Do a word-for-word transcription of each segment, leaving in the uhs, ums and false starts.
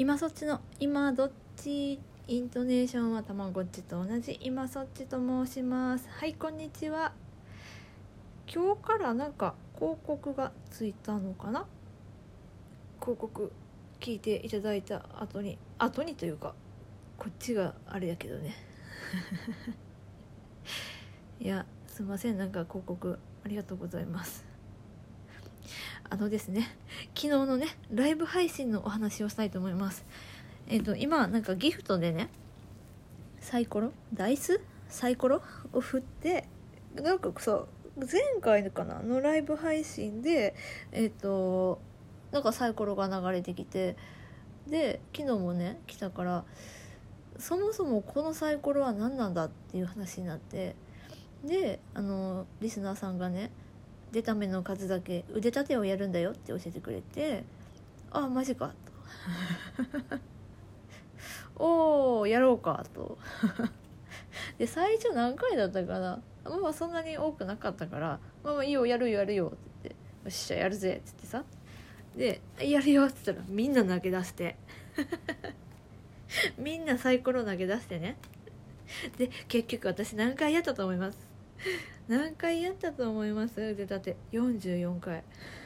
今そっちの今どっちイントネーションはたまごっちと同じ今そっちと申します。はい、こんにちは。今日からなんか広告がついたのかな。広告聞いていただいた後に後にというかこっちがあれやけどねいやすいません、なんか広告ありがとうございます。あのですね、昨日のねライブ配信のお話をしたいと思います。えっと今なんかギフトでねサイコロダイスサイコロを振って、なんかさ前回かなのライブ配信でえっとなんかサイコロが流れてきて、で昨日もね来たから、そもそもこのサイコロは何なんだっていう話になって、であのリスナーさんがね出た目の数だけ腕立てをやるんだよって教えてくれて、あマジかとおーやろうかとで最初何回だったかな、まあまあそんなに多くなかったから、まあまあいいよやるよやるよって言って、よっしゃやるぜって言ってさ、でやるよって言ったらみんな投げ出してみんなサイコロ投げ出してね、で結局私何回やったと思います？何回やったと思います？腕立てよんじゅうよんかい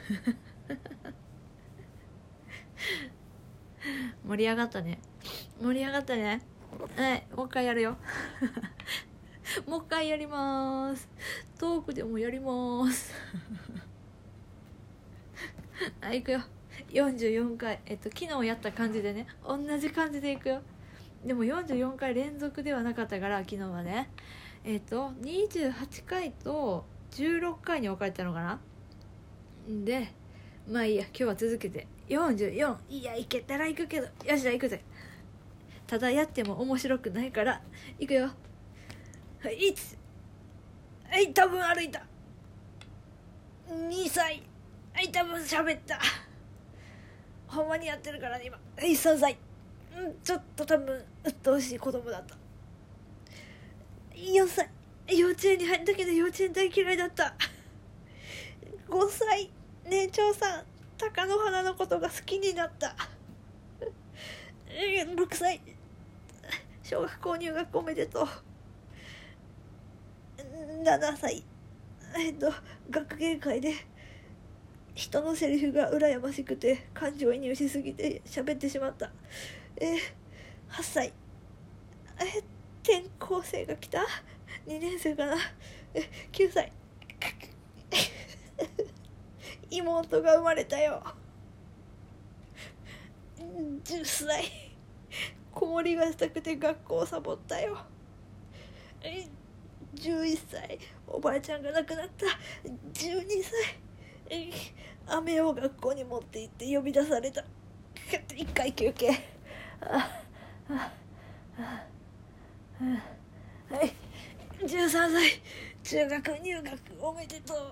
盛り上がったね盛り上がったね。はい、もう一回やるよもう一回やります。トークでもやりますはい、いくよ。よんじゅうよんかい、えっと昨日やった感じでね、同じ感じでいくよ。でもよんじゅうよんかい連続ではなかったから、昨日はねえっとにじゅうはちかいとじゅうろっかいに分かれたのかな。でまあいいや、今日は続けてよんじゅうよん、いやいけたら行くけど、よっしゃ行くぜ。ただやっても面白くないから行くよ。はい、いち、はい多分歩いた。にさい、はい多分喋った。ほんまにやってるからね今。はい、さんさい、うんちょっと多分鬱陶しい子供だった。よんさい、幼稚園に入ったけど幼稚園大嫌いだった。ごさい、年長さん貴乃花のことが好きになった。ろくさい、小学校入学おめでとう。ななさい、えっと学芸会で人のセリフが羨ましくて感情移入しすぎて喋ってしまった。えー、はっさい、え転校生が来たにねん生かな。えきゅうさい妹が生まれたよ。じゅっさい、子守りがしたくて学校をサボったよ。じゅういっさい、おばあちゃんが亡くなった。じゅうにさい、飴を学校に持って行って呼び出された。いっかい休憩。はい、じゅうさんさい、中学入学おめでとう。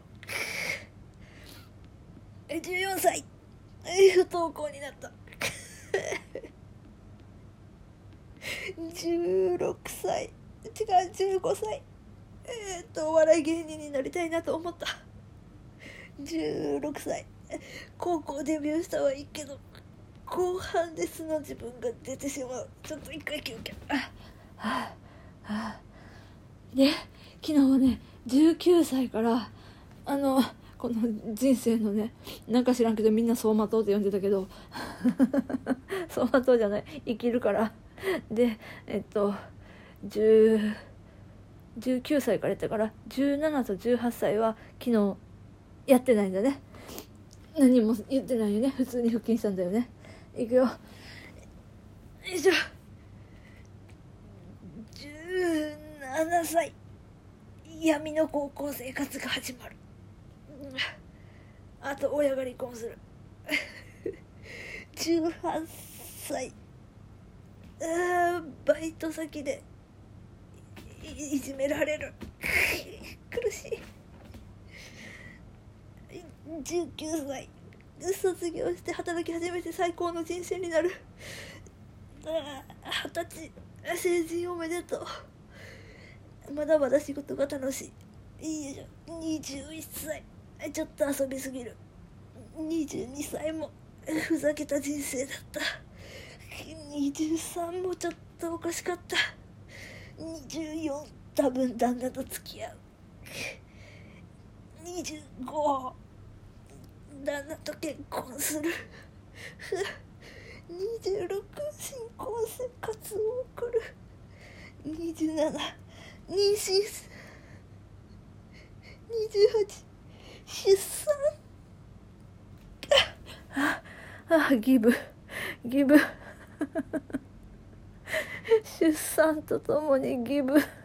じゅうよんさい、不登校になったじゅうろくさい、違うじゅうごさい、えー、っとお笑い芸人になりたいなと思った。じゅうろくさい、高校デビューしたはいいけど後半で素の自分が出てしまう。ちょっと一回休憩。あ、はあ、はあ、で昨日はねじゅうきゅうさいからあのこの人生のね、なんか知らんけどみんな走馬灯って呼んでたけど走馬灯じゃない、生きるからでえっとじゅう、じゅうきゅうさいからやったからじゅうななとじゅうはっさいは昨日やってないんだね。何も言ってないよね、普通に腹筋したんだよね。いくよ、よいしょ。じゅうななさい、闇の高校生活が始まる。あと親が離婚するじゅうはっさい、あバイト先で い, いじめられる苦しい。じゅうきゅうさい、卒業して働き始めて最高の人生になる。はたち、成人おめでとう。まだまだ仕事が楽しい。いいじゃん。にじゅういっさい、ちょっと遊びすぎる。にじゅうにさいもふざけた人生だった。 にじゅうさんもちょっとおかしかった。にじゅうよん多分旦那と付き合う。にじゅうご旦那と結婚する。にじゅうろく新婚生活を送る。にじゅうなな妊娠する。にじゅうはち出産。ああギブギブ出産とともにギブ。